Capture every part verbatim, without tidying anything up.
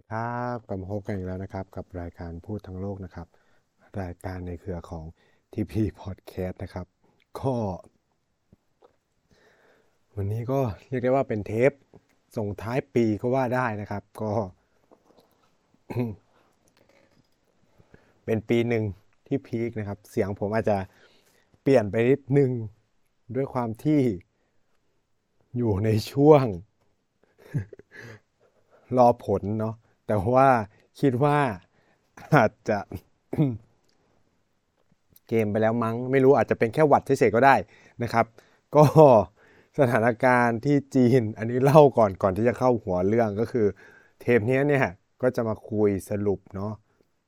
ครับกลับมาพบกันอีกแล้วนะครับกับรายการพูดทั้งโลกนะครับรายการในเครือของ ที พี Podcast นะครับก็วันนี้ก็เรียกได้ว่าเป็นเทปส่งท้ายปีก็ว่าได้นะครับก็เป็นปีหนึ่งที่พีคนะครับเสียงผมอาจจะเปลี่ยนไปนิดนึงด้วยความที่อยู่ในช่วงรอผลเนาะแต่ว่าคิดว่าอาจจะ เกมไปแล้วมั้งไม่รู้อาจจะเป็นแค่หวัดเฉยๆก็ได้นะครับก็สถานการณ์ที่จีนอันนี้เล่าก่อนก่อนที่จะเข้าหัวเรื่องก็คือเทปนี้เนี่ยก็จะมาคุยสรุปเนาะ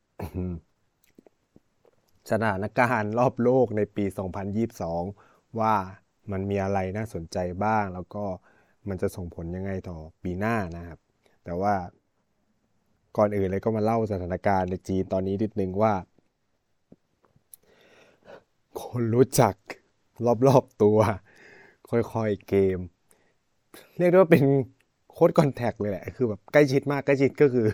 สถานการณ์รอบโลกในปีสองพันยี่สิบสองว่ามันมีอะไรน่าสนใจบ้างแล้วก็มันจะส่งผลยังไงต่อปีหน้านะครับแต่ว่าก่อนอื่นเลยก็มาเล่าสถานการณ์ในจีนตอนนี้นิดนึงว่า คนรู้จักรอบๆตัวค่อยๆเกมเรียกได้ว่าเป็นโค้ดคอนแทคเลยแหละคือแบบใกล้ชิดมากใกล้ชิดก็คือ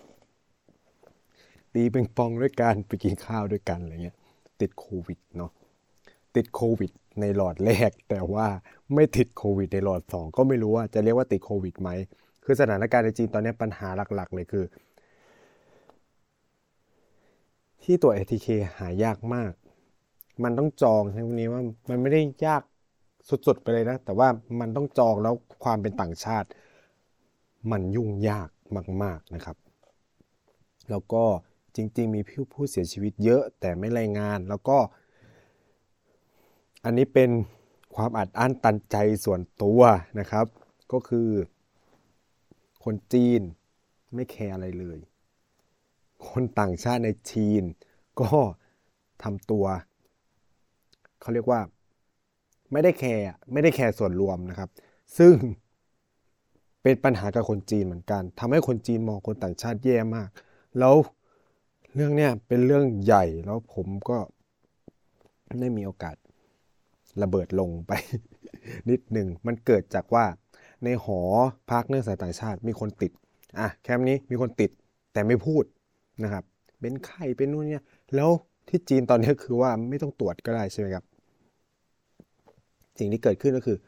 ตีปิงปองด้วยกันไปกินข้าวด้วยกันอะไรเงี้ยติดโควิดเนาะติดโควิดในหลอดแรกแต่ว่าไม่ติดโควิดในหลอดสองก็ไม่รู้ว่าจะเรียกว่าติดโควิดไหมคือสถานการณ์ในจีนตอนนี้ปัญหาหลักๆเลยคือที่ตัว เอ ที เค หายากมาก มันต้องจองใช่ไหมนี้ว่ามันไม่ได้ยากสุดๆไปเลยนะแต่ว่ามันต้องจองแล้วความเป็นต่างชาติมันยุ่งยากมากๆนะครับแล้วก็จริงๆมีผู้ผู้เสียชีวิตเยอะแต่ไม่รายงานแล้วก็อันนี้เป็นความอัดอั้นตันใจส่วนตัวนะครับก็คือคนจีนไม่แคร์อะไรเลยคนต่างชาติในจีนก็ทำตัวเขาเรียกว่า ไม่ได้แคร์ไม่ได้แคร์ส่วนรวมนะครับซึ่งเป็นปัญหากับคนจีนเหมือนกันทำให้คนจีนมองคนต่างชาติแย่มากแล้วเรื่องเนี้ยเป็นเรื่องใหญ่แล้วผมก็ได้มีโอกาสระเบิดลงไปนิดหนึ่งมันเกิดจากว่าในหอพักนักศึกษาต่างชาติมีคนติดอ่ะแคมป์นี้มีคนติดแต่ไม่พูดนะครับเป็นไข้เป็นนู่นเนี่ยแล้วที่จีนตอนนี้คือว่าไม่ต้องตรวจก็ได้ใช่ไหมครับสิ่งที่เกิดขึ้นก็คือ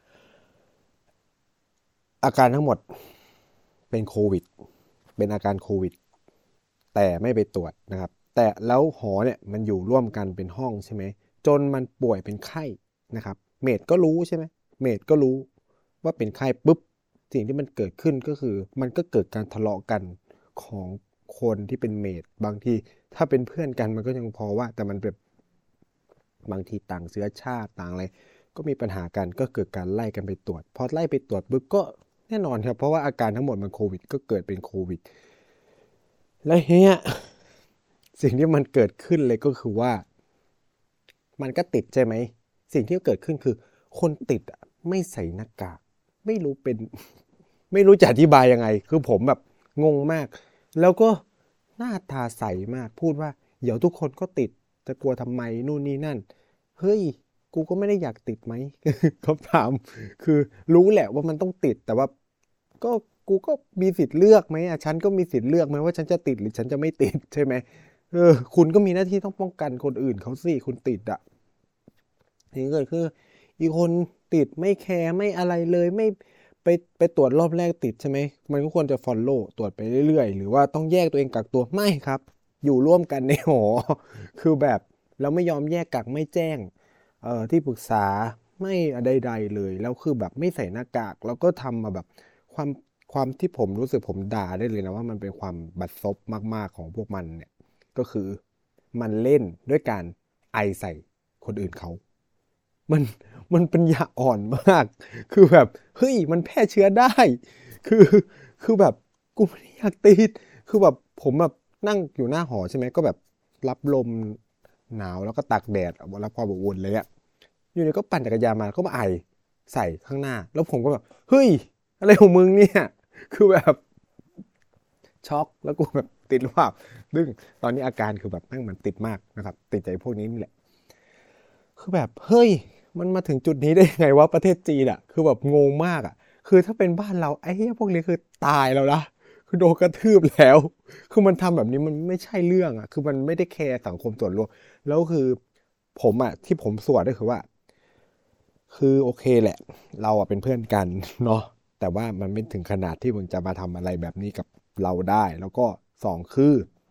อาการทั้งหมดเป็นโควิดเป็นอาการโควิดแต่ไม่ไปตรวจนะครับแต่แล้วหอเนี่ยมันอยู่ร่วมกันเป็นห้องใช่ไหมจนมันป่วยเป็นไข้นะครับเมดก็รู้ใช่ไหมเมดก็รู้ว่าเป็นไข้ปุ๊บสิ่งที่มันเกิดขึ้นก็คือมันก็เกิดการทะเลาะกันของคนที่เป็นเมดบางทีถ้าเป็นเพื่อนกันมันก็ยังพอว่าแต่มันแบบบางทีต่างเชื้อชาติต่างอะไร ก็มีปัญหากันก็เกิดการไล่กันไปตรวจพอไล่ไปตรวจปุ๊บก็แน่นอนครับเพราะว่าอาการทั้งหมดมันโควิดก็เกิดเป็นโควิดและเฮียสิ่งที่มันเกิดขึ้นเลยก็คือว่ามันก็ติดใช่ไหมสิ่งที่เกิดขึ้นคือคนติดอ่ะไม่ใส่หน้ากากไม่รู้เป็นไม่รู้จะอธิบายยังไงคือผมแบบงงมากแล้วก็หน้าตาใสมากพูดว่าเดี๋ยวทุกคนก็ติดจะกลัวทำไมนู่นนี่นั่นเฮ้ย กูก็ไม่ได้อยากติดไหมคำถามคือรู้แหละว่ามันต้องติดแต่ว่าก็กูก็มีสิทธิ์เลือกไหมอ่ะฉันก็มีสิทธิ์เลือกไหมว่าฉันจะติดหรือฉันจะไม่ติดใช่ไหมเออคุณก็มีหน้าที่ต้องป้องกันคนอื่นเขาสิคุณติดอ่ะทีนี้เกิดคืออีกคนติดไม่แคร์ไม่อะไรเลยไม่ไปไปตรวจรอบแรกติดใช่ไหมมันก็ควรจะ follow ตรวจไปเรื่อยๆหรือว่าต้องแยกตัวเองกักตัวไม่ครับอยู่ร่วมกันในหอคือแบบเราไม่ยอมแยกกักไม่แจ้ง เอ่อที่ปรึกษาไม่ใดๆเลยแล้วคือแบบไม่ใส่หน้ากากแล้วก็ทำมาแบบความความที่ผมรู้สึกผมด่าได้เลยนะว่ามันเป็นความบัดซบมากๆของพวกมันเนี่ยก็คือมันเล่นด้วยการไอใส่คนอื่นเขามันมันเป็นยาอ่อนมากคือแบบเฮ้ยมันแพร่เชื้อได้คือคือแบบกูไม่ได้อยากติดคือแบบผมแบบนั่งอยู่หน้าหอใช่ไหมก็แบบรับลมหนาวแล้วก็ตากแดดรับความอบอุ่นเลยอะ อยู่ดีก็ปั่นจักรยานมาก็มาไอใส่ข้างหน้าแล้วผมก็แบบเฮ้ยอะไรของมึงเนี่ยคือแบบช็อกแล้วกูแบบติดหรือเปล่าดึงตอนนี้อาการคือแบบแม่งมันติดมากนะครับติดใจพวกนี้นี่แหละคือแบบเฮ้ยมันมาถึงจุดนี้ได้ยังไงวะประเทศจีนอ่ะคือแบบงงมากอ่ะคือถ้าเป็นบ้านเราไอ้เหี้ยพวกนี้คือตายแล้วนะคือโดนกระทืบแล้วคือมันทำแบบนี้มันไม่ใช่เรื่องอ่ะคือมันไม่ได้แคร์สังคมส่วนรวมแล้วคือผมอ่ะที่ผมสวนก็คือว่าคือโอเคแหละเราอ่ะเป็นเพื่อนกันเนาะแต่ว่ามันไม่ถึงขนาดที่มึงจะมาทำอะไรแบบนี้กับเราได้แล้วก็สองคือ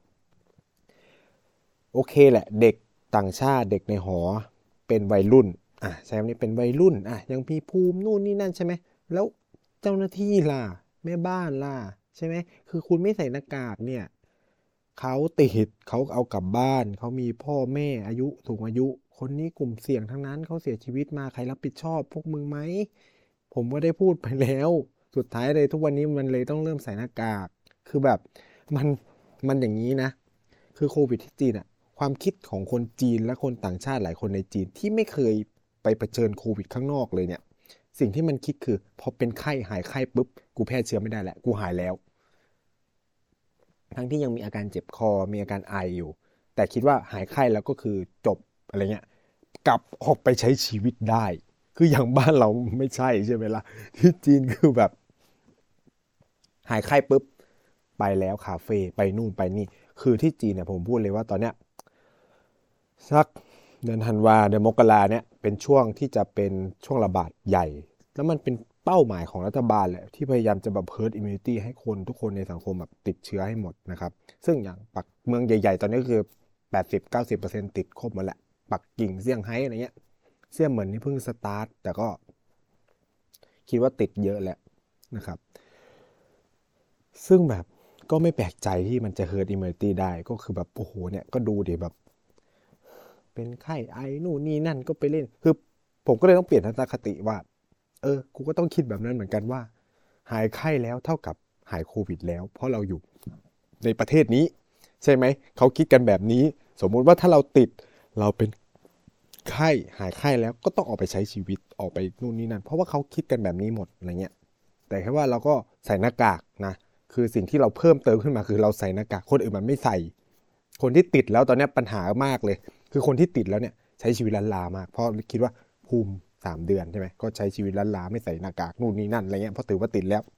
โอเคแหละเด็กต่างชาติเด็กในหอเป็นวัยรุ่นอ่ะใช่ไหมนี่เป็นวัยรุ่นอ่ะยังมีภูมินู่นนี่นั่นใช่ไหมแล้วเจ้าหน้าที่ล่ะแม่บ้านล่ะใช่ไหมคือคุณไม่ใส่หน้ากากเนี่ยเขาติดเขาเอากลับบ้านเขามีพ่อแม่อายุสูงอายุคนนี้กลุ่มเสี่ยงทั้งนั้นเขาเสียชีวิตมาใครรับผิดชอบพวกมึงไหมผมก็ได้พูดไปแล้วสุดท้ายเลยทุกวันนี้มันเลยต้องเริ่มใส่หน้ากากคือแบบมันมันอย่างนี้นะ คือโควิดที่จีนอะความคิดของคนจีนและคนต่างชาติหลายคนในจีนที่ไม่เคยไปเผชิญโควิดข้างนอกเลยเนี่ยสิ่งที่มันคิดคือพอเป็นไข้หายไข้ปุ๊บกูแพร่เชื้อไม่ได้แหละกูหายแล้วทั้งที่ยังมีอาการเจ็บคอมีอาการไออยู่แต่คิดว่าหายไข้แล้วก็คือจบอะไรเงี้ยกลับออกไปใช้ชีวิตได้คืออย่างบ้านเราไม่ใช่ใช่ไหมล่ะที่จีนคือแบบหายไข้ปุ๊บไปแล้วคาเฟ่ไปนู่นไปนี่คือที่จีนเนี่ยผมพูดเลยว่าตอนเนี้ย สักเดือนธันวาเดือนมกราเนี่ยเป็นช่วงที่จะเป็นช่วงระบาดใหญ่แล้วมันเป็นเป้าหมายของรัฐบาลแหละที่พยายามจะแบบ herd immunity ให้คนทุกคนในสังคมแบบติดเชื้อให้หมดนะครับซึ่งอย่างปักเมืองใหญ่ๆตอนนี้ก็คือ แปดสิบถึงเก้าสิบเปอร์เซ็นต์ ติดครบหมดแหละปักกิ่งเซี่ยงไฮ้อะไรเงี้ยเซี่ยงเหมินนี่เพิ่งสตาร์ทแต่ก็คิดว่าติดเยอะแหละนะครับซึ่งแบบก็ไม่แปลกใจที่มันจะ herd immunity ได้ก็คือแบบโอ้โหเนี่ยก็ดูดิแบบ เป็นไข้ไอนู่นนี่นั่นก็ไปเล่นคือผมก็เลยต้องเปลี่ยนทัศนคติว่าเออกูก็ต้องคิดแบบนั้นเหมือนกันว่าหายไข้แล้วเท่ากับหายโควิดแล้วเพราะเราอยู่ในประเทศนี้ใช่ไหมเขาคิดกันแบบนี้สมมุติว่าถ้าเราติดเราเป็นไข้หายไข้แล้วก็ต้องออกไปใช้ชีวิตออกไปนู่นนี่นั่นเพราะว่าเขาคิดกันแบบนี้หมดอะไรเงี้ยแต่แค่ว่าเราก็ใส่หน้ากากนะคือสิ่งที่เราเพิ่มเติมขึ้นมาคือเราใส่หน้ากากคนอื่นมันไม่ใส่คนที่ติดแล้วตอนนี้ปัญหามากเลย คือคนที่ติดแล้วเนี่ยใช้ชีวิตล้านลามากเพราะคิดว่าภูมิสามเดือนใช่ไหมก็ใช้ชีวิตล้านลาไม่ใส่หน้ากากนู่นนี่นั่นอะไรเงี้ยเพราะถือว่าติดแล้ว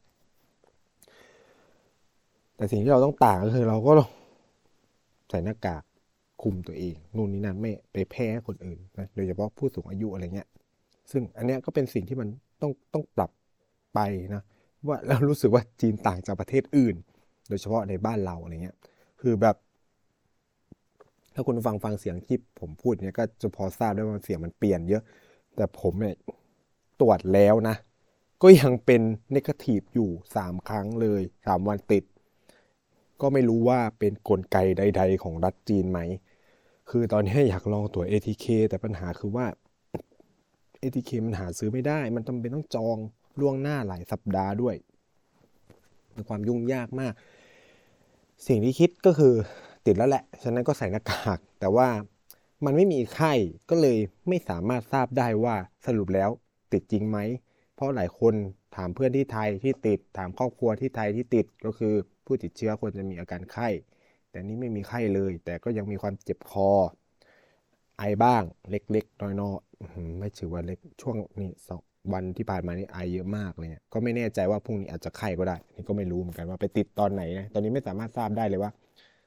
แต่สิ่งที่เราต้องต่างก็คือเราก็ใส่หน้ากากคุมตัวเองนู่นนี่นั่นไม่ไปแพ้คนอื่นนะโดยเฉพาะผู้สูงอายุอะไรเงี้ยซึ่งอันเนี้ยก็เป็นสิ่งที่มันต้องต้องปรับไปนะว่าเรารู้สึกว่าจีนต่างจากประเทศอื่นโดยเฉพาะในบ้านเราอะไรเงี้ยคือแบบ ถ้าคุณฟังฟังเสียงที่ผมพูดเนี่ยก็จะพอทราบได้ว่าเสียงมันเปลี่ยนเยอะแต่ผมเนี่ยตรวจแล้วนะก็ยังเป็นเนกาทีฟอยู่สามครั้งเลยสามวันติดก็ไม่รู้ว่าเป็นกลไกใดๆของรัฐจีนไหมคือตอนนี้อยากลองตรวจ เอ ที เค แต่ปัญหาคือว่า เอ ที เค มันหาซื้อไม่ได้มันจำเป็นต้องจองล่วงหน้าหลายสัปดาห์ด้วยมีความยุ่งยากมาก สิ่งที่คิดก็คือติดแล้วแหละ ฉะนั้นก็ใส่หน้ากากแต่ว่ามันไม่มีไข้ก็เลยไม่สามารถทราบได้ว่าสรุปแล้วติดจริงไหม เพราะหลายคนถามเพื่อนที่ไทยที่ติดถามครอบครัวที่ไทยที่ติดก็คือผู้ติดเชื้อควรจะมีอาการไข้แต่นี่ไม่มีไข้เลยแต่ก็ยังมีความเจ็บคอไอบ้างเล็กๆน้อยๆไม่ถือว่าเล็กช่วงนี้สองวันที่ผ่านมานี่ไอเยอะมากเลยก็ไม่แน่ใจว่าพรุ่งนี้อาจจะไข้ก็ได้นี่ก็ไม่รู้เหมือนกันว่าไปติดตอนไหนนะตอนนี้ไม่สามารถทราบได้เลยว่า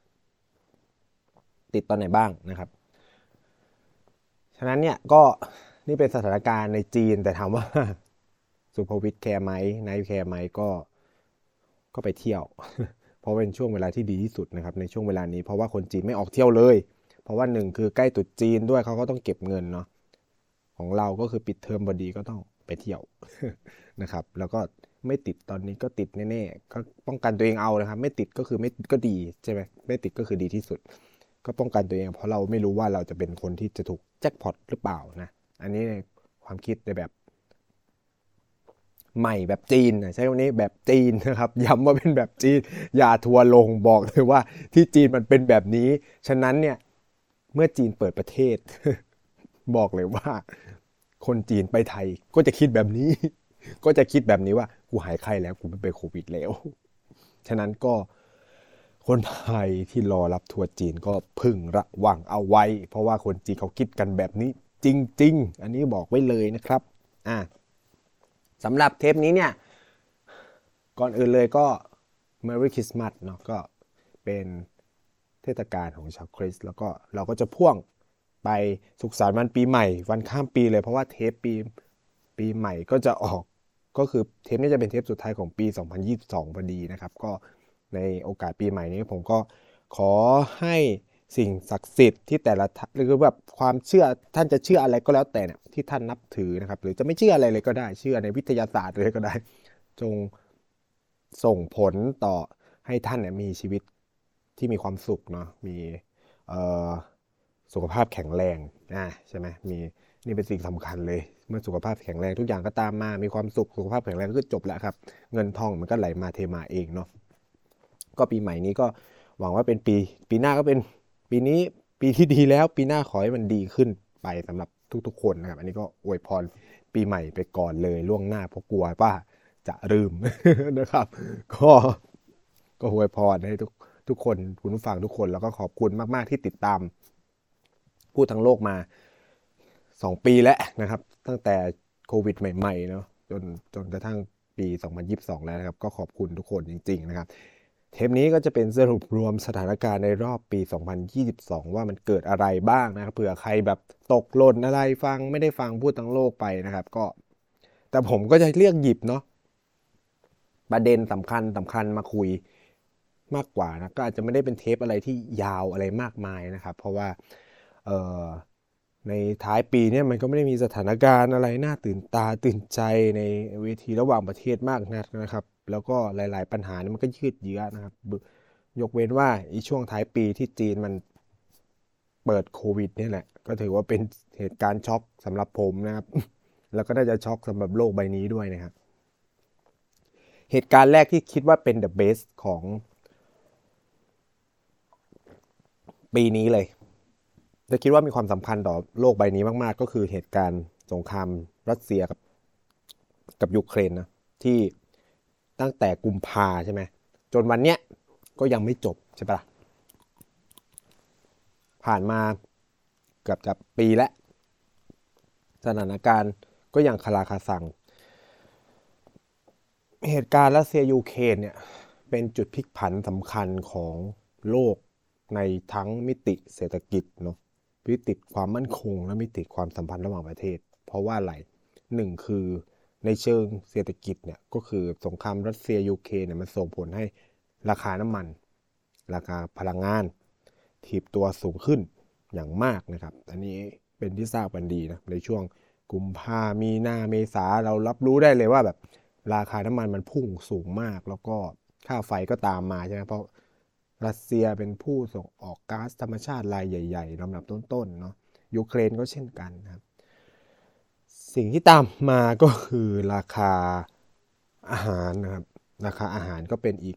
ติดตอนไหนบ้างนะครับฉะนั้นเนี่ยก็นี่เป็นสถานการณ์ในจีนแต่ถามว่าสุภวิทย์แคร์ไหมไนท์แคร์ไหมก็ก็ไปเที่ยวเพราะเป็นช่วงเวลาที่ดีที่สุดนะครับในช่วงเวลานี้เพราะว่าคนจีนไม่ออกเที่ยวเลยเพราะว่าหนึ่งคือใกล้ตรุษจีนด้วยเขาก็ต้องเก็บเงินเนาะ ของเราก็คือปิดเทอมพอดีก็ต้องไปเที่ยวนะครับแล้วก็ไม่ติดตอนนี้ก็ติดแน่ๆก็ป้องกันตัวเองเอานะครับไม่ติดก็คือไม่ก็ดีใช่ไหมไม่ติดก็คือดีที่สุดก็ป้องกันตัวเองเพราะเราไม่รู้ว่าเราจะเป็นคนที่จะถูกแจ็คพอตหรือเปล่านะอันนี้ความคิดในแบบใหม่แบบจีนใช้คำนี้แบบจีนนะครับย้ำว่าเป็นแบบจีนอย่าทัวลงบอกเลยว่าที่จีนมันเป็นแบบนี้ฉะนั้นเนี่ยเมื่อจีนเปิดประเทศบอกเลยว่าคนจีนไปไทยก็จะคิดแบบนี้ก็จะคิดแบบนี้ว่ากูหายไข้แล้วกูไม่เป็นโควิดแล้วฉะนั้นก็คนไทยที่รอรับทัวร์จีนก็พึงระวังเอาไว้เพราะว่าคนจีนเขาคิดกันแบบนี้จริงๆอันนี้บอกไว้เลยนะครับอ่ะสำหรับเทปนี้เนี่ยก่อนอื่นเลยก็ Merry Christmas เนาะก็เป็นเทศกาลของชาวคริสต์แล้วก็เราก็จะพ่วงไปสุขสันต์วันปีใหม่วันข้ามปีเลยเพราะว่าเทปปีปีใหม่ก็จะออกก็คือเทปนี้จะเป็นเทปสุดท้ายของปีสองพันยี่สิบสองพอดีนะครับก็ในโอกาสปีใหม่นี้ผมก็ขอให้สิ่งศักดิ์สิทธิ์ที่แต่ละหรือแบบความเชื่อท่านจะเชื่ออะไรก็แล้วแต่เนี่ยที่ท่านนับถือนะครับหรือจะไม่เชื่ออะไรเลยก็ได้เชื่อในวิทยาศาสตร์เลยก็ได้จงส่งผลต่อให้ท่านเนี่ยมีชีวิตที่มีความสุขเนาะมีสุขภาพแข็งแรงนะใช่ไหมมีนี่เป็นสิ่งสำคัญเลยเมื่อสุขภาพแข็งแรงทุกอย่างก็ตามมามีความสุขสุขภาพแข็งแรงก็จบแล้วครับเงินทองมันก็ไหลมาเทมาเองเนาะก็ปีใหม่นี้ก็หวังว่าเป็นปีปีหน้าก็เป็นปีนี้ปีที่ดีแล้วปีหน้าขอให้มันดีขึ้นไปสำหรับทุกๆคนนะครับอันนี้ก็อวยพรปีใหม่ไปก่อนเลยล่วงหน้าเพราะกลัวว่าจะลืมนะครับก็ก็อวยพรให้ทุกทุกคนคุณผู้ฟังทุกคนแล้วก็ขอบคุณมากๆที่ติดตามพูดทั้งโลกมาสองปีแล้วนะครับตั้งแต่โควิดใหม่ๆเนาะจนจนกระทั่งปีสองพันยี่สิบสองแล้วนะครับก็ขอบคุณทุกคนจริงๆนะครับเทปนี้ก็จะเป็นสรุปรวมสถานการณ์ในรอบปีสองพันยี่สิบสองว่ามันเกิดอะไรบ้างนะครับเผื่อใครแบบตกหล่นอะไรฟังไม่ได้ฟังพูดทั้งโลกไปนะครับก็แต่ผมก็จะเรียกหยิบเนาะประเด็นสำคัญสำคัญมาคุยมากกว่านะก็อาจจะไม่ได้เป็นเทปอะไรที่ยาวอะไรมากมายนะครับเพราะว่าเอ่อในท้ายปีเนี่ยมันก็ไม่ได้มีสถานการณ์อะไรน่าตื่นตาตื่นใจในเวทีระหว่างประเทศมากนักนะครับแล้วก็หลายๆปัญหาเนี่ยมันก็ยืดเยื้อนะครับยกเว้นว่าอีช่วงท้ายปีที่จีนมันเปิดโควิดนี่แหละก็ถือว่าเป็นเหตุการณ์ช็อกสำหรับผมนะครับแล้วก็น่าจะช็อกสำหรับโลกใบนี้ด้วยนะครับเหตุการณ์แรกที่คิดว่าเป็น the best ของปีนี้เลยจะคิดว่ามีความสำคัญต่อโลกใบนี้มากๆก็คือเหตุการณ์สงครามรัสเซียกับกับยูเครนนะที่ตั้งแต่กุมภาใช่ไหมจนวันเนี้ยก็ยังไม่จบใช่ปะผ่านมาเกือบจะปีแล้วสถานการณ์ก็ยังคาราคาซังเหตุการณ์รัสเซียยูเครนเนี่ยเป็นจุดพลิกผันสำคัญของโลกในทั้งมิติเศรษฐกิจเนาะมิติความมั่นคงและมิติความสัมพันธ์ระหว่างประเทศเพราะว่าอะไรหนึ่งคือในเชิงเศรษฐกิจเนี่ยก็คือสงครามรัสเซียยูเครนเนี่ยมันส่งผลให้ราคาน้ำมันราคาพลังงานถีบตัวสูงขึ้นอย่างมากนะครับอันนี้เป็นที่ทราบกันดีนะในช่วงกุมภามีนาเมษาเรารับรู้ได้เลยว่าแบบราคาน้ำมันมันพุ่งสูงมากแล้วก็ค่าไฟก็ตามมาใช่ไหมเพราะรัสเซียเป็นผู้ส่งออกก๊าซธรรมชาติรายใหญ่ๆลำดับต้นๆเนาะยูเครนก็เช่นกันนะครับสิ่งที่ตามมาก็คือราคาอาหารนะครับราคาอาหารก็เป็นอีก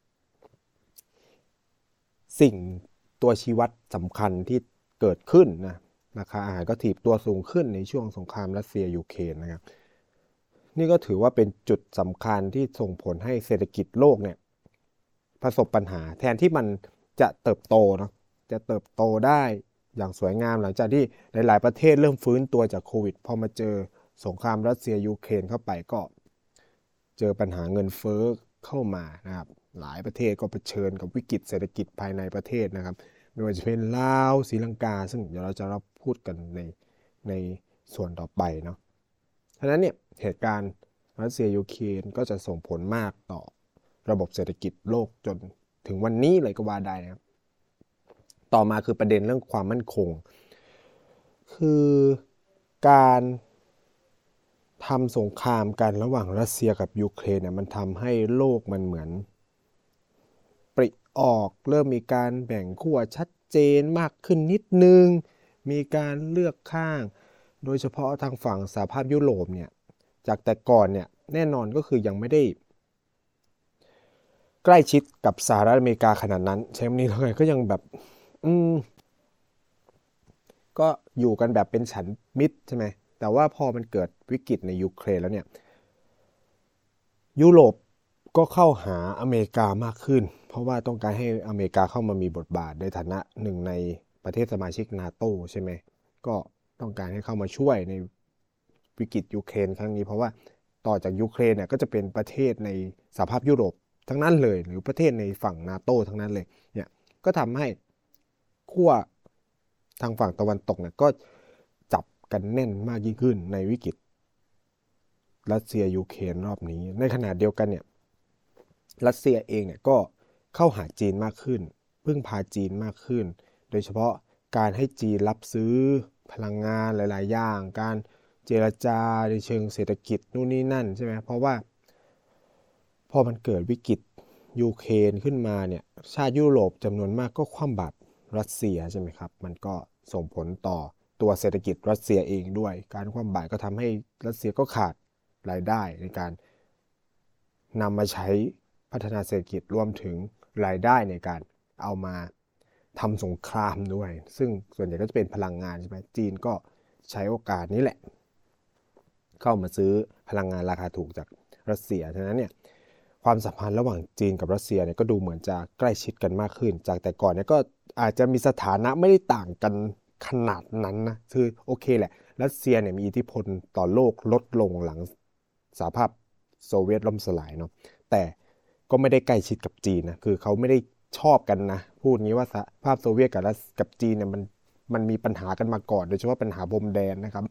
สิ่งตัวชี้วัดสำคัญที่เกิดขึ้นนะราคาอาหารก็ถีบตัวสูงขึ้นในช่วงสงครามรัสเซียยูเครนนะครับนี่ก็ถือว่าเป็นจุดสำคัญที่ส่งผลให้เศรษฐกิจโลกเนี่ยประสบปัญหาแทนที่มันจะเติบโตเนาะจะเติบโตได้อย่างสวยงามหลังจากที่หลายๆประเทศเริ่มฟื้นตัวจากโควิดพอมาเจอสงครามรัสเซียยูเครนเข้าไปก็เจอปัญหาเงินเฟ้อเข้ามานะครับหลายประเทศก็เผชิญกับวิกฤตเศรษฐกิจภายในประเทศนะครับไม่ว่าจะเป็นลาวศรีลังกาซึ่งเดี๋ยวเราจะรับพูดกันในในส่วนต่อไปเนาะฉะนั้นเนี่ยเหตุการณ์รัสเซียยูเครนก็จะส่งผลมากต่อระบบเศรษฐกิจโลกจนถึงวันนี้เลยก็ว่าได้นะครับต่อมาคือประเด็นเรื่องความมั่นคงคือการทำสงครามกันระหว่างรัสเซียกับยูเครนเนี่ยมันทำให้โลกมันเหมือนปริออกเริ่มมีการแบ่งขั้วชัดเจนมากขึ้นนิดนึงมีการเลือกข้างโดยเฉพาะทางฝั่งสหภาพยุโรปเนี่ยจากแต่ก่อนเนี่ยแน่นอนก็คือยังไม่ได้ใกล้ชิดกับสหรัฐอเมริกาขนาดนั้นใช่ไหมนี่เลยก็ยังแบบอืมก็อยู่กันแบบเป็นฉันมิตรใช่ไหมแต่ว่าพอมันเกิดวิกฤตในยูเครนแล้วเนี่ยยุโรปก็เข้าหาอเมริกามากขึ้นเพราะว่าต้องการให้อเมริกาเข้ามามีบทบาทในฐานะหนึ่งในประเทศสมาชิกนาโต้ใช่ไหมก็ต้องการให้เข้ามาช่วยในวิกฤตยูเครนครั้งนี้เพราะว่าต่อจากยูเครนเนี่ยก็จะเป็นประเทศในสหภาพยุโรปทั้งนั้นเลยหรือประเทศในฝั่งนาโต้ทั้งนั้นเลยเนี่ยก็ทำให้ขั้วทางฝั่งตะวันตกเนี่ยก็จับกันแน่นมากยิ่งขึ้นในวิกฤตรัสเซียยูเครนรอบนี้ในขณะเดียวกันเนี่ยรัสเซียเองเนี่ยก็เข้าหาจีนมากขึ้นพึ่งพาจีนมากขึ้นโดยเฉพาะการให้จีนรับซื้อพลังงานหลายๆอย่างการเจรจาในเชิงเศรษฐกิจนู่นนี่นั่นใช่ไหมเพราะว่าพอมันเกิดวิกฤตยูเครนขึ้นมาเนี่ยชาติยุโรปจำนวนมากก็คว่ำบาตรรัสเซียใช่ไหมครับมันก็ส่งผลต่อตัวเศรษฐกิจรัสเซียเองด้วยการคว่ำบาตรก็ทำให้รัสเซียก็ขาดรายได้ในการนำมาใช้พัฒนาเศรษฐกิจรวมถึงรายได้ในการเอามาทำสงครามด้วยซึ่งส่วนใหญ่ก็จะเป็นพลังงานใช่ไหมจีนก็ใช้โอกาสนี้แหละเข้ามาซื้อพลังงานราคาถูกจากรัสเซียฉะนั้นเนี่ยความสัมพันธ์ระหว่างจีนกับรัสเซียเนี่ยก็ดูเหมือนจะใกล้ชิดกันมากขึ้นจากแต่ก่อนเนี่ยก็อาจจะมีสถานะไม่ได้ต่างกันขนาดนั้นนะคือโอเคแหละรัสเซียเนี่ยมีอิทธิพลต่อโลกลดลงหลังสหภาพโซเวียตล่มสลายเนาะแต่ก็ไม่ได้ใกล้ชิดกับจีนนะคือเขาไม่ได้ชอบกันนะพูดงี้ว่าสหภาพโซเวียตกับรัสกับจีนเนี่ยมันมันมีปัญหากันมาก่อนโดยเฉพาะปัญหาพรมแดนนะครับ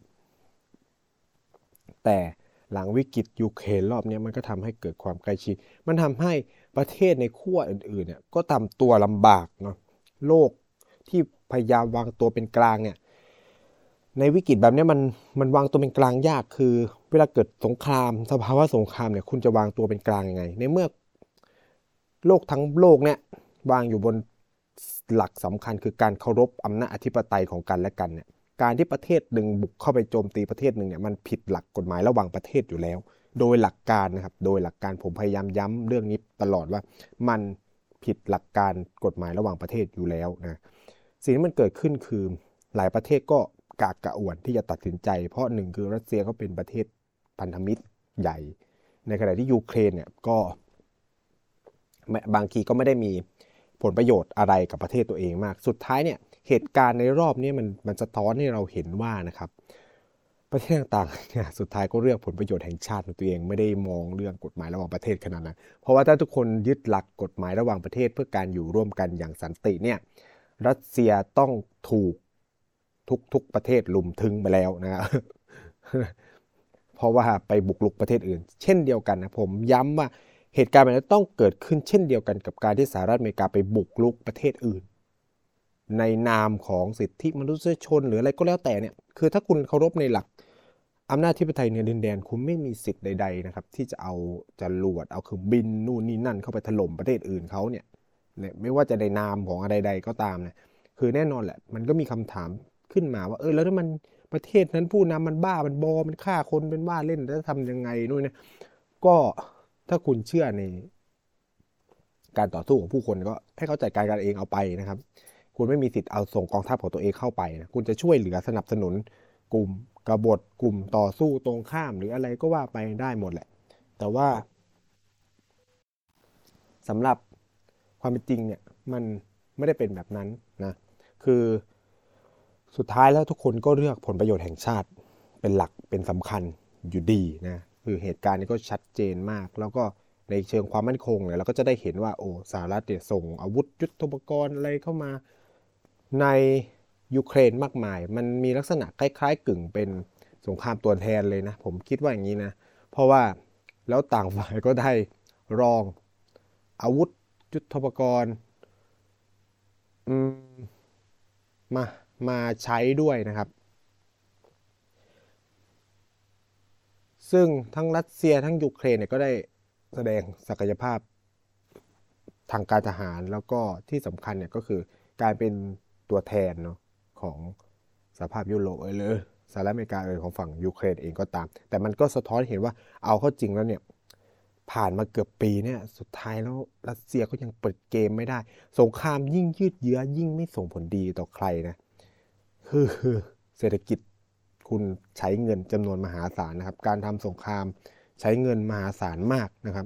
แต่หลังวิกฤตยูเครนรอบนี้มันก็ทำให้เกิดความใกล้ชิดมันทำให้ประเทศในขั้วอื่นๆเนี่ยก็ทำตัวลำบากเนาะโลกที่พยายามวางตัวเป็นกลางเนี่ยในวิกฤตแบบนี้มันมันวางตัวเป็นกลางยากคือเวลาเกิดสงครามสภาวะสงครามเนี่ยคุณจะวางตัวเป็นกลางยังไงในเมื่อโลกทั้งโลกเนี่ยวางอยู่บนหลักสำคัญคือการเคารพอำนาจอธิปไตยของกันและกันเนี่ยการที่ประเทศหนึ่งบุกเข้าไปโจมตีประเทศหนึ่งเนี่ยมันผิดหลักกฎหมายระหว่างประเทศอยู่แล้วโดยหลักการนะครับโดยหลักการผมพยายามย้ำเรื่องนี้ตลอดว่ามันผิดหลักการกฎหมายระหว่างประเทศอยู่แล้วนะสิ่งที่มันเกิดขึ้นคือหลายประเทศก็กากกระอ่วนที่จะตัดสินใจเพราะหนึ่งคือรัสเซียก็เป็นประเทศพันธมิตรใหญ่ในขณะที่ยูเครนเนี่ยก็บางทีก็ไม่ได้มีผลประโยชน์อะไรกับประเทศตัวเองมากสุดท้ายเนี่ยเหตุการณ์ในรอบนี้มันมันสะท้อนให้เราเห็นว่านะครับประเทศต่างๆเนี่ยสุดท้ายก็เลือกผลประโยชน์แห่งชาติของตัวเองไม่ได้มองเรื่องกฎหมายระหว่างประเทศขนาดนั้นเพราะว่าถ้าทุกคนยึดหลักกฎหมายระหว่างประเทศเพื่อการอยู่ร่วมกันอย่างสันติเนี่ยรัสเซียต้องถูกทุกๆประเทศลุมถึงไปแล้วนะครับ เพราะว่าไปบุกรุกประเทศอื่นเช่นเดียวกันนะผมย้ำว่าเหตุการณ์แบบนี้ต้องเกิดขึ้นเช่นเดียวกันกับการที่สหรัฐอเมริกาไปบุกรุกประเทศอื่นในนามของสิทธิมนุษยชนหรืออะไรก็แล้วแต่เนี่ยคือถ้าคุณเคารพในหลักอำนาจธิปไตยเหนือดินแดนคุณไม่มีสิทธิ์ใดๆนะครับที่จะเอาจรวดเอาเครื่องบินนู่นนี่นั่นเข้าไปถล่มประเทศอื่นเขาเนี่ยไม่ว่าจะในนามของอะไรใดก็ตามเนี่ยคือแน่นอนแหละมันก็มีคำถามขึ้นมาว่าเออแล้วถ้ามันประเทศนั้นผู้นำมันบ้ามันบอมันฆ่าคนเป็นว่าเล่นแล้วทำยังไงนู่นเนี่ยก็ถ้าคุณเชื่อในการต่อสู้ของผู้คนก็ให้เขาจัดการกันเองเอาไปนะครับคุณไม่มีสิทธิ์เอาส่งกองทัพของตัวเองเข้าไปนะคุณจะช่วยเหลือสนับสนุนกลุ่มกบฏกลุ่มต่อสู้ตรงข้ามหรืออะไรก็ว่าไปได้หมดแหละแต่ว่าสำหรับความเป็นจริงเนี่ยมันไม่ได้เป็นแบบนั้นนะคือสุดท้ายแล้วทุกคนก็เลือกผลประโยชน์แห่งชาติเป็นหลักเป็นสำคัญอยู่ดีนะคือเหตุการณ์นี้ก็ชัดเจนมากแล้วก็ในเชิงความมั่นคงเนี่ยเราก็จะได้เห็นว่าโอ้สหรัฐเนี่ยส่งอาวุธยุทโธปกรณ์อะไรเข้ามาในยูเครนมากมายมันมีลักษณะคล้ายๆกึ่งเป็นสงครามตัวแทนเลยนะผมคิดว่าอย่างนี้นะเพราะว่าแล้วต่างฝ่ายก็ได้รองอาวุธยุทโธปกรณ์มามาใช้ด้วยนะครับซึ่งทั้งรัสเซียทั้งยูเครนเนี่ยก็ได้แสดงศักยภาพทางการทหารแล้วก็ที่สำคัญเนี่ยก็คือการเป็นตัวแทนเนาะของสหภาพยุโรปเอยหรือสหรัฐอเมริกาเอยของฝั่งยูเครนเองก็ตามแต่มันก็สะท้อนเห็นว่าเอาเข้าจริงแล้วเนี่ยผ่านมาเกือบปีเนี่ยสุดท้ายแล้วรัสเซียก็ยังเปิดเกมไม่ได้สงครามยิ่งยืดเยื้อยิ่งไม่ส่งผลดีต่อใครนะคือเศรษฐกิจคุณใช้เงินจำนวนมหาศาลนะครับการทำสงครามใช้เงินมหาศาลมากนะครับ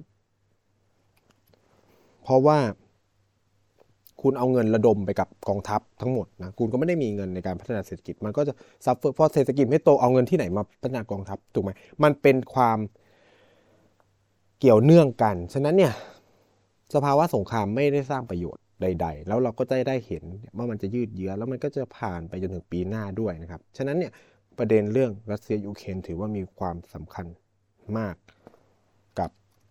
เพราะว่าคุณเอาเงินระดมไปกับกองทัพทั้งหมดนะคุณก็ไม่ได้มีเงินในการพัฒนาเศรษฐกิจมันก็จะซัฟเฟอร์พอเศรษฐกิจไม่โตเอาเงินที่ไหนมาพัฒนากองทัพถูกไหมมันเป็นความเกี่ยวเนื่องกันฉะนั้นเนี่ยสภาวะสงครามไม่ได้สร้างประโยชน์ใดๆแล้วเราก็จะได้เห็นว่ามันจะยืดเยื้อแล้วมันก็จะผ่านไปจนถึงปีหน้าด้วยนะครับฉะนั้นเนี่ยประเด็นเรื่องรัสเซียยูเครนถือว่ามีความสำคัญมากกับ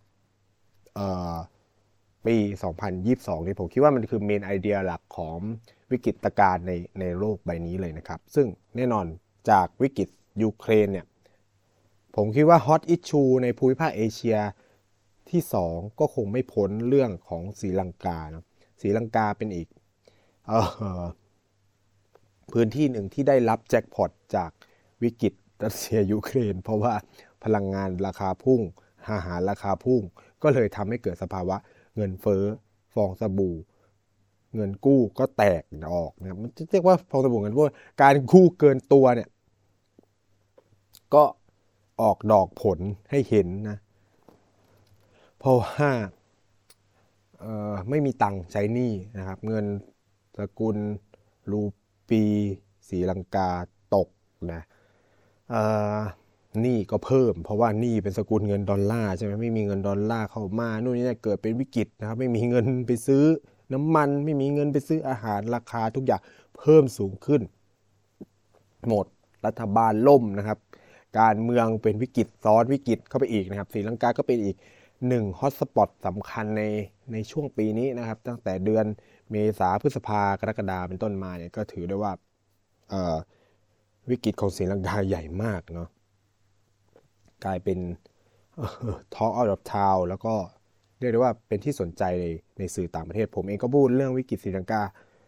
ปี สองพันยี่สิบสอง นี่ผมคิดว่ามันคือเมนไอเดียหลักของวิกฤตการณ์ในในโลกใบนี้เลยนะครับซึ่งแน่นอนจากวิกฤตยูเครนเนี่ยผมคิดว่าฮอตอิชชูในภูมิภาคเอเชียที่สองก็คงไม่พ้นเรื่องของศรีลังกานะศรีลังกาเป็นอีกเออพื้นที่หนึ่งที่ได้รับแจ็คพอตจากวิกฤตรัสเซียยูเครนเพราะว่าพลังงานราคาพุ่งอาหารราคาพุ่งก็เลยทำให้เกิดสภาวะเงินเฟ้อฟองสบู่เงินกู้ก็แตกออกนะครับมันเรียกว่าฟองสบู่เงินกู้การกู้เกินตัวเนี่ยก็ออกดอกผลให้เห็นนะเพราะว่าไม่มีตังค์ใช้หนี้นะครับเงินสกุลรูปีศรีลังกาตกนะหนี้ก็เพิ่มเพราะว่าหนี้เป็นสกุลเงินดอลลาร์ใช่ไหมไม่มีเงินดอลลาร์เข้ามานู่นนี่เกิดเป็นวิกฤตนะครับไม่มีเงินไปซื้อน้ำมันไม่มีเงินไปซื้ออาหารราคาทุกอย่างเพิ่มสูงขึ้นหมดรัฐบาลล่มนะครับการเมืองเป็นวิกฤตซ้อนวิกฤตเข้าไปอีกนะครับศรีลังกาก็เป็นอีกหนึ่งฮอตสปอตสำคัญในในช่วงปีนี้นะครับตั้งแต่เดือนเมษาพฤษภากรกฎาเป็นต้นมาเนี่ยก็ถือได้ว่าวิกฤตของศรีลังกาใหญ่มากเนาะกลายเป็น Talk out of town แล้วก็เรียกได้ว่าเป็นที่สนใจในในสื่อต่างประเทศผมเองก็พูดเรื่องวิกฤตศรีลังกา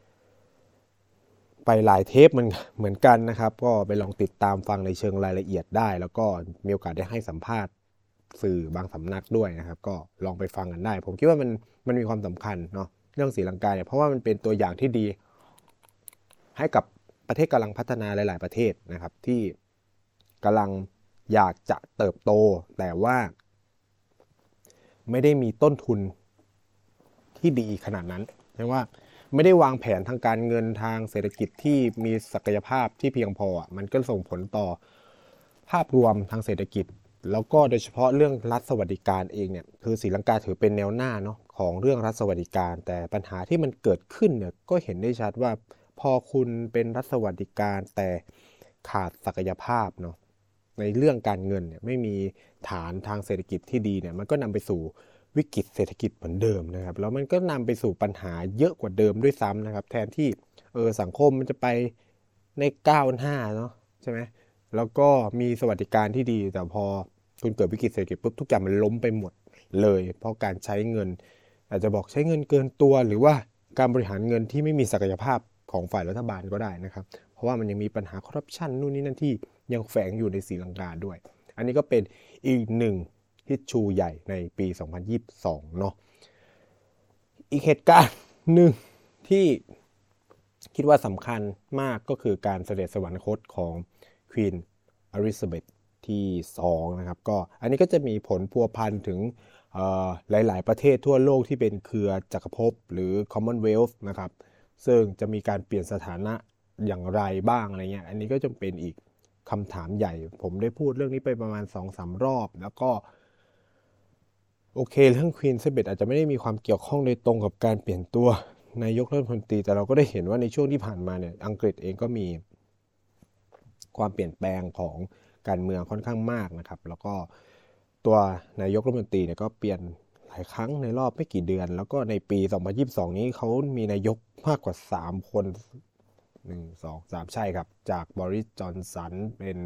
ไปหลายเทปมันเหมือนกันนะครับก็ไปลองติดตามฟังในเชิงรายละเอียดได้แล้วก็มีโอกาสได้ให้สัมภาษณ์สื่อบางสำนักด้วยนะครับก็ลองไปฟังกันได้ผมคิดว่ามันมันมีความสำคัญเนาะเรื่องศรีลังกาเนี่ยเพราะว่ามันเป็นตัวอย่างที่ดีให้กับประเทศกำลังพัฒนาหลายๆประเทศนะครับที่กำลังอยากจะเติบโตแต่ว่าไม่ได้มีต้นทุนที่ดีขนาดนั้นเพราะว่าไม่ได้วางแผนทางการเงินทางเศรษฐกิจที่มีศักยภาพที่เพียงพอมันก็ส่งผลต่อภาพรวมทางเศรษฐกิจแล้วก็โดยเฉพาะเรื่องรัฐสวัสดิการเองเนี่ยคือศรีลังกาถือเป็นแนวหน้าเนาะของเรื่องรัฐสวัสดิการแต่ปัญหาที่มันเกิดขึ้นเนี่ยก็เห็นได้ชัดว่าพอคุณเป็นรัฐสวัสดิการแต่ขาดศักยภาพเนาะในเรื่องการเงินเนี่ยไม่มีฐานทางเศรษฐกิจที่ดีเนี่ยมันก็นำไปสู่วิกฤตเศรษฐกิจเหมือนเดิมนะครับแล้วมันก็นำไปสู่ปัญหาเยอะกว่าเดิมด้วยซ้ำนะครับแทนที่เออสังคมมันจะไปในก้าวหน้าเนาะใช่ไหมแล้วก็มีสวัสดิการที่ดีแต่พอคุณเกิดวิกฤตเศรษฐกิจปุ๊บทุกอย่างมันล้มไปหมดเลยเพราะการใช้เงินอาจจะบอกใช้เงินเกินตัวหรือว่าการบริหารเงินที่ไม่มีศักยภาพของฝ่ายรัฐบาลก็ได้นะครับเพราะว่ามันยังมีปัญหาคอร์รัปชันนู่นนี่นั่นที่ยังแฝงอยู่ในศรีลังกาด้วยอันนี้ก็เป็นอีกหนึ่งฮิตชูใหญ่ในปี สองพันยี่สิบสอง เนาะอีกเหตุการณ์หนึ่งที่คิดว่าสำคัญมากก็คือการเสด็จสวรรคตของควีนอลิซาเบธที่สองนะครับก็อันนี้ก็จะมีผลพัวพันถึงหลายๆประเทศทั่วโลกที่เป็นเครือจักรภพหรือ Commonwealth นะครับซึ่งจะมีการเปลี่ยนสถานะอย่างไรบ้างอะไรเงี้ยอันนี้ก็จะเป็นอีกคำถามใหญ่ผมได้พูดเรื่องนี้ไปประมาณ สองสาม รอบแล้วก็โอเคเรื่องควีนอลิซาเบธอาจจะไม่ได้มีความเกี่ยวข้องโดยตรงกับการเปลี่ยนตัวนายกรัฐมนตรีแต่เราก็ได้เห็นว่าในช่วงที่ผ่านมาเนี่ยอังกฤษเองก็มีความเปลี่ยนแปลงของการเมืองค่อนข้างมากนะครับแล้วก็ตัวนายกรัฐมนตรีเนี่ยก็เปลี่ยนหลายครั้งในรอบไม่กี่เดือนแล้วก็ในปี สองพันยี่สิบสอง นี้เขามีนายกมากกว่าสามคนหนึ่ง สอง สามใช่ครับจากบริส จอนสันเป็น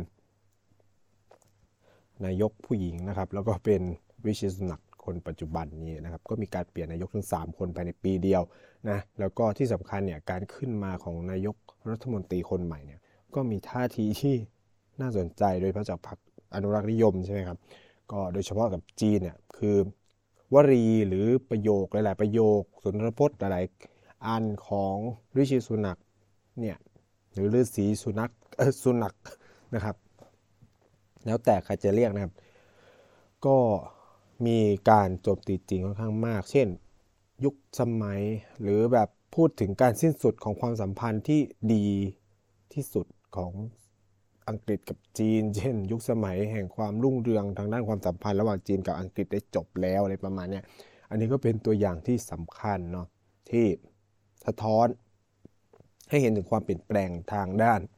นายกผู้หญิงนะครับแล้วก็เป็นริชิ สุนักคนปัจจุบันนี้นะครับก็มีการเปลี่ยนนายกถึงสามคนภายในปีเดียวนะแล้วก็ที่สำคัญเนี่ยการขึ้นมาของนายกรัฐมนตรีคนใหม่เนี่ยก็มีท่าทีที่น่าสนใจโดยเฉพาะจากพรรคอนุรักษ์นิยมใช่ไหมครับก็โดยเฉพาะกับจีนเนี่ยคือวลีหรือประโยคหลายๆประโยคสุนทรพจน์หลายๆอันของริชิ สุนักเนี่ยหรือฤาษีสุนัขสุนัขนะครับแล้วแต่ใครจะเรียกนะครับก็มีการโจมตีจริงค่อนข้างมากเช่นยุคสมัยหรือแบบพูดถึงการสิ้นสุดของความสัมพันธ์ที่ดีที่สุดของอังกฤษกับจีนเช่นยุคสมัยแห่งความรุ่งเรืองทางด้านความสัมพันธ์ระหว่างจีนกับอังกฤษได้จบแล้วอะไรประมาณนี้อันนี้ก็เป็นตัวอย่างที่สำคัญเนาะที่สะท้อนให้เห็นถึงความเปลี่ยนแปลงทางด้าน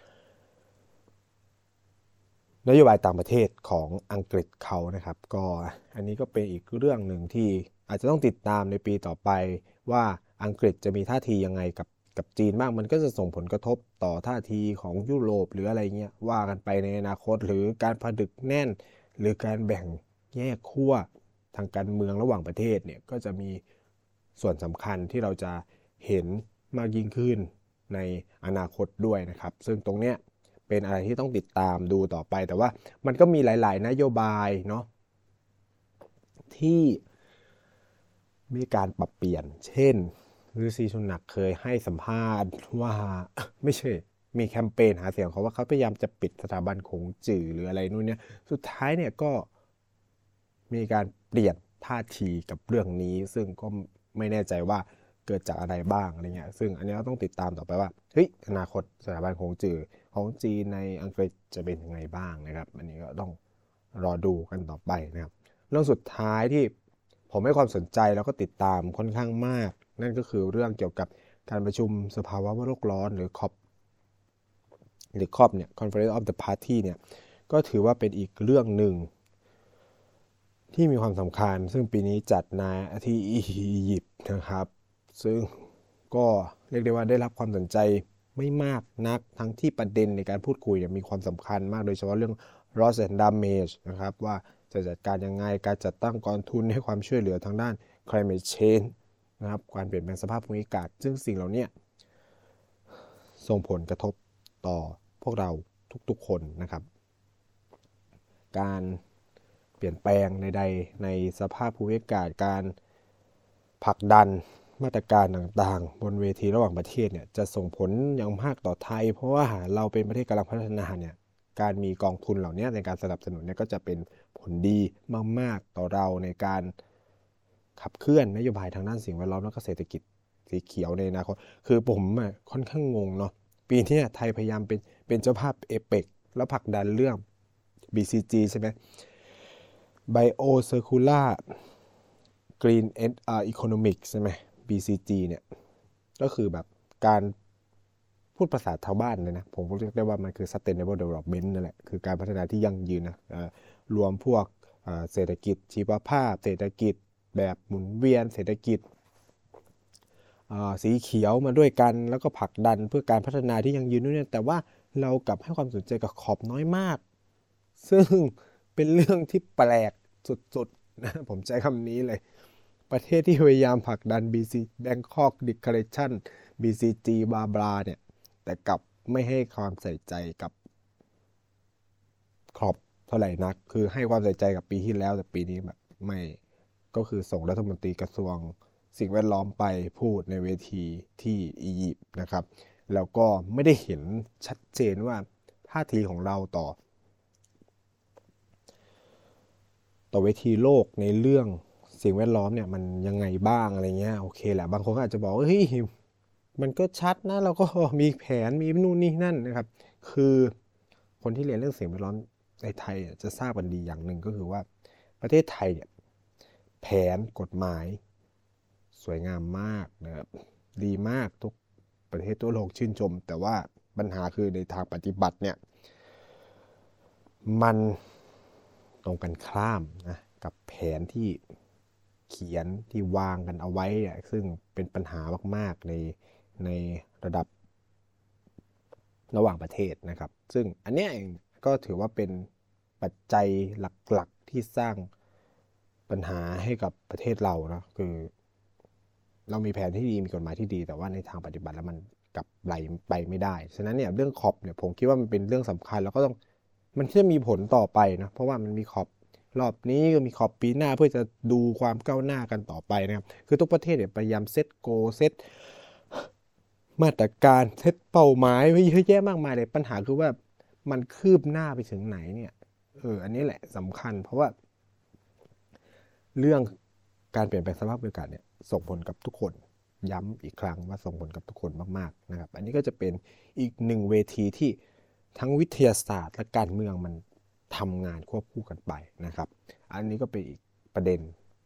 นโยบายต่างประเทศของอังกฤษเขานะครับก็อันนี้ก็เป็นอีกเรื่องหนึ่งที่อาจจะต้องติดตามในปีต่อไปว่าอังกฤษจะมีท่าทียังไงกับกับจีนบ้างมันก็จะส่งผลกระทบต่อท่าทีของยุโรปหรืออะไรเงี้ยว่ากันไปในอนาคตหรือการผดึกแน่นหรือการแบ่งแยกขั้วทางการเมืองระหว่างประเทศเนี่ยก็จะมีส่วนสำคัญที่เราจะเห็นมากยิ่งขึ้นในอนาคตด้วยนะครับซึ่งตรงเนี้ยเป็นอะไรที่ต้องติดตามดูต่อไปแต่ว่ามันก็มีหลายๆนโยบายเนาะที่มีการปรับเปลี่ยนเช่นฤาษีสุนักเคยให้สัมภาษณ์ว่าไม่ใช่มีแคมเปญหาเสียงเขาว่าเขาพยายามจะปิดสถาบันคงจื่อหรืออะไรนู่นเนี่ยสุดท้ายเนี่ยก็มีการเปลี่ยนท่าทีกับเรื่องนี้ซึ่งก็ไม่แน่ใจว่าเกิดจากอะไรบ้างอะไรเงี้ยซึ่งอันนี้เราต้องติดตามต่อไปว่าเฮ้ยอนาคตสถาบันคงจื่อของจีนในอังกฤษจะเป็นยังไงบ้างนะครับอันนี้ก็ต้องรอดูกันต่อไปนะครับเรื่องสุดท้ายที่ผมให้ความสนใจแล้วก็ติดตามค่อนข้างมากนั่นก็คือเรื่องเกี่ยวกับการประชุมสภาวะโลกร้อนหรือ ซี โอ พี หรือ ซี โอ พี เนี่ย Conference of the Party เนี่ยก็ถือว่าเป็นอีกเรื่องหนึ่งที่มีความสำคัญซึ่งปีนี้จัดในที่อียิปต์นะครับซึ่งก็เรียกได้ว่าได้รับความสนใจไม่มากนักทั้งที่ประเด็นในการพูดคุยมีความสำคัญมากโดยเฉพาะเรื่อง loss and damage นะครับว่าจะจัดการยังไงการจัดตั้งกองทุนให้ความช่วยเหลือทางด้าน climate change นะครับการเปลี่ยนแปลงสภาพภูมิอากาศซึ่งสิ่งเหล่านี้ส่งผลกระทบต่อพวกเราทุกๆคนนะครับการเปลี่ยนแปลงใดๆในสภาพภูมิอากาศการผลักดันมาตรการต่างๆบนเวทีระหว่างประเทศเนี่ยจะส่งผลอย่างมากต่อไทยเพราะว่าเราเป็นประเทศกำลังพัฒนาเนี่ยการมีกองทุนเหล่านี้ในการสนับสนุนเนี่ยก็จะเป็นผลดีมากๆต่อเราในการขับเคลื่อนนโยบายทางด้านสิ่งแวดล้อมและเศรษฐกิจสีเขียวในอนาคตคือผมค่อนข้างงงเนาะปีนี้ไทยพยายามเป็นเป็นเจ้าภาพเอเปกแล้วผลักดันเรื่อง บี ซี จี ใช่ไหม Bio Circular Green Economics ใช่ไหม บี ซี จี เนี่ยก็คือแบบการพูดภาษาชาวบ้านเลยนะผมเรียกได้ว่ามันคือ Sustainable Development นั่นแหละคือการพัฒนาที่ยั่งยืนนะรวมพวกเศรษฐกิจชีวภาพเศรษฐกิจแบบหมุนเวียนเศรษฐกิจสีเขียวมาด้วยกันแล้วก็ผลักดันเพื่อการพัฒนาที่ยั่งยืนด้วยเนี่ยแต่ว่าเรากลับให้ความสนใจกับขอบน้อยมากซึ่งเป็นเรื่องที่แปลกสุดๆนะผมใช้คำนี้เลยประเทศที่พยายามผลักดัน บี ซี Bangkok Declaration บี ซี จี บลาบลาเนี่ยแต่กลับไม่ให้ความใส่ใจกับขอบเท่าไหร่นักคือให้ความใส่ใจกับปีที่แล้วแต่ปีนี้แบบไม่ก็คือส่งรัฐมนตรีกระทรวงสิ่งแวดล้อมไปพูดในเวทีที่อียิปต์นะครับแล้วก็ไม่ได้เห็นชัดเจนว่าท่าทีของเราต่อต่อเวทีโลกในเรื่องสิ่งแวดล้อมเนี่ยมันยังไงบ้างอะไรเงี้ยโอเคแหละบางคนก็อาจจะบอกเฮ้ยมันก็ชัดนะเราก็มีแผนมีนู่นนี่นั่นนะครับคือคนที่เรียนเรื่องสิ่งแวดล้อมในไทยจะทราบกันดีอย่างหนึ่งก็คือว่าประเทศไทยเนี่ยแผนกฎหมายสวยงามมากนะครับดีมากทุกประเทศทั่วโลกชื่นชมแต่ว่าปัญหาคือในทางปฏิบัติเนี่ยมันตรงกันข้ามนะกับแผนที่เขียนที่วางกันเอาไว้ซึ่งเป็นปัญหามากๆในในระดับระหว่างประเทศนะครับซึ่งอันนี้ก็ถือว่าเป็นปัจจัยหลักๆที่สร้างปัญหาให้กับประเทศเรานะคือเรามีแผนที่ดีมีกฎหมายที่ดีแต่ว่าในทางปฏิบัติแล้วมันกลับไหลไปไม่ได้ฉะนั้นเนี่ยเรื่องขอบเนี่ยผมคิดว่ามันเป็นเรื่องสำคัญแล้วก็ต้องมันจะมีผลต่อไปนะเพราะว่ามันมีขอบรอบนี้ก็มีขอบปีหน้าเพื่อจะดูความก้าวหน้ากันต่อไปนะครับคือทุกประเทศเนี่ยพยายามเซตโกเซตมาตรการเซตเป้าหมายไว้เยอะแยะมากมายเลยปัญหาคือว่ามันคืบหน้าไปถึงไหนเนี่ยเอออันนี้แหละสำคัญเพราะว่าเรื่องการเปลี่ยนแปลงสภาพอากาศเนี่ยส่งผลกับทุกคนย้ำอีกครั้งว่าส่งผลกับทุกคนมากๆนะครับอันนี้ก็จะเป็นอีกหนึ่งเวทีที่ทั้งวิทยาศาสตร์และการเมืองมันทำงานควบคู่กันไปนะครับอันนี้ก็เป็นอีกประเด็น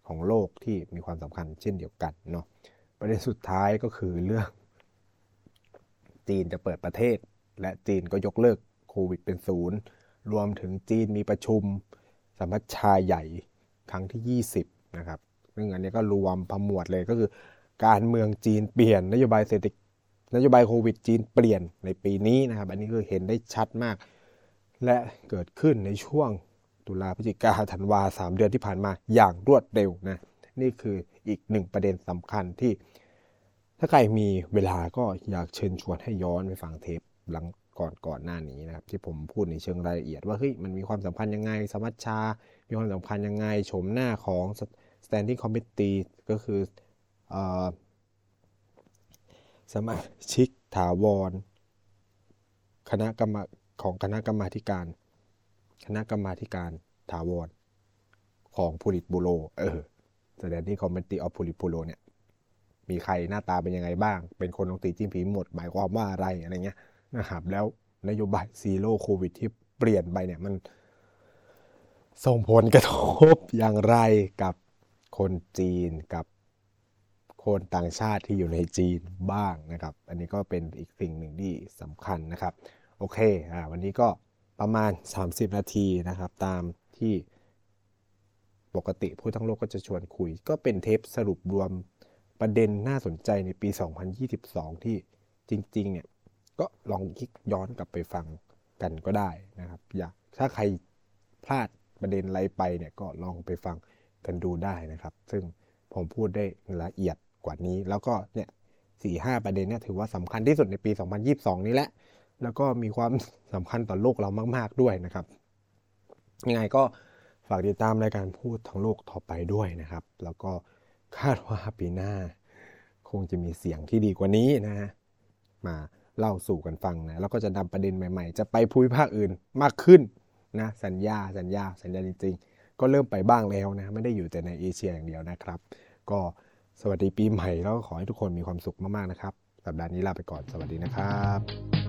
ของโลกที่มีความสำคัญเช่นเดียวกันเนาะประเด็นสุดท้ายก็คือเรื่องจีนจะเปิดประเทศและจีนก็ยกเลิกโควิดเป็นศูนย์รวมถึงจีนมีประชุมสัมมชาใหญ่ครั้งที่ยี่สิบนะครับซึ่งอันนี้ก็รวมผมวดเลยก็คือการเมืองจีนเปลี่ยนนโยบายเศรษฐกิจนโยบายโควิดจีนเปลี่ยนในปีนี้นะครับอันนี้คือเห็นได้ชัดมากและเกิดขึ้นในช่วงตุลาพฤศจิกาธันวาสามเดือนที่ผ่านมาอย่างรวดเร็วนะนี่คืออีกหนึ่งประเด็นสำคัญที่ถ้าใครมีเวลาก็อยากเชิญชวนให้ย้อนไปฟังเทปหลังก่อนก่อนหน้านี้นะครับที่ผมพูดในเชิงรายละเอียดว่าเฮ้ยมันมีความสัมพันธ์ยังไงสมัชชามีความสัมพันธ์ยังไงโฉมหน้าของ standing committee ก็คือเอ่อสมาชิกถาวรคณะกรรมของคณะกรรมาธิการคณะกรรมาธิการถาวรของพูลิตบูโรเออ standing committee of พูลิตบูโรเนี่ยมีใครหน้าตาเป็นยังไงบ้างเป็นคนลงตีจิ้มผีหมดหมายความว่าอะไรอะไรเงี้ยนะครับแล้วนโยบายซีโร่โควิดที่เปลี่ยนไปเนี่ยมันส่งผลกระทบอย่างไรกับคนจีนกับคนต่างชาติที่อยู่ในจีนบ้างนะครับอันนี้ก็เป็นอีกสิ่งหนึ่งที่สำคัญนะครับโอเคอ่าวันนี้ก็ประมาณสามสิบนาทีนะครับตามที่ปกติผู้ทั้งโลกก็จะชวนคุยก็เป็นเทปสรุปรวมประเด็นน่าสนใจในปีสองพันยี่สิบสองที่จริงๆเนี่ยก็ลองคลิกย้อนกลับไปฟังกันก็ได้นะครับอยากถ้าใครพลาดประเด็นอะไรไปเนี่ยก็ลองไปฟังกันดูได้นะครับซึ่งผมพูดได้ละเอียดกว่านี้แล้วก็เนี่ย สี่ห้า ประเด็นเนี่ยถือว่าสำคัญที่สุดในปีสองพันยี่สิบสองนี้แหละแล้วก็มีความสำคัญต่อโลกเรามากๆด้วยนะครับยังไงก็ฝากติดตามรายการพูดทั้งโลกต่อไปด้วยนะครับแล้วก็คาดว่าปีหน้าคงจะมีเสียงที่ดีกว่านี้นะฮะมาเล่าสู่กันฟังนะแล้วก็จะนำประเด็นใหม่ๆจะไปภูมิภาคอื่นมากขึ้นนะสัญญาสัญญาสัญญาจริงๆก็เริ่มไปบ้างแล้วนะไม่ได้อยู่แต่ในเอเชียอย่างเดียวนะครับก็สวัสดีปีใหม่แล้วขอให้ทุกคนมีความสุขมากๆนะครับสัปดาห์นี้ลาไปก่อนสวัสดีนะครับ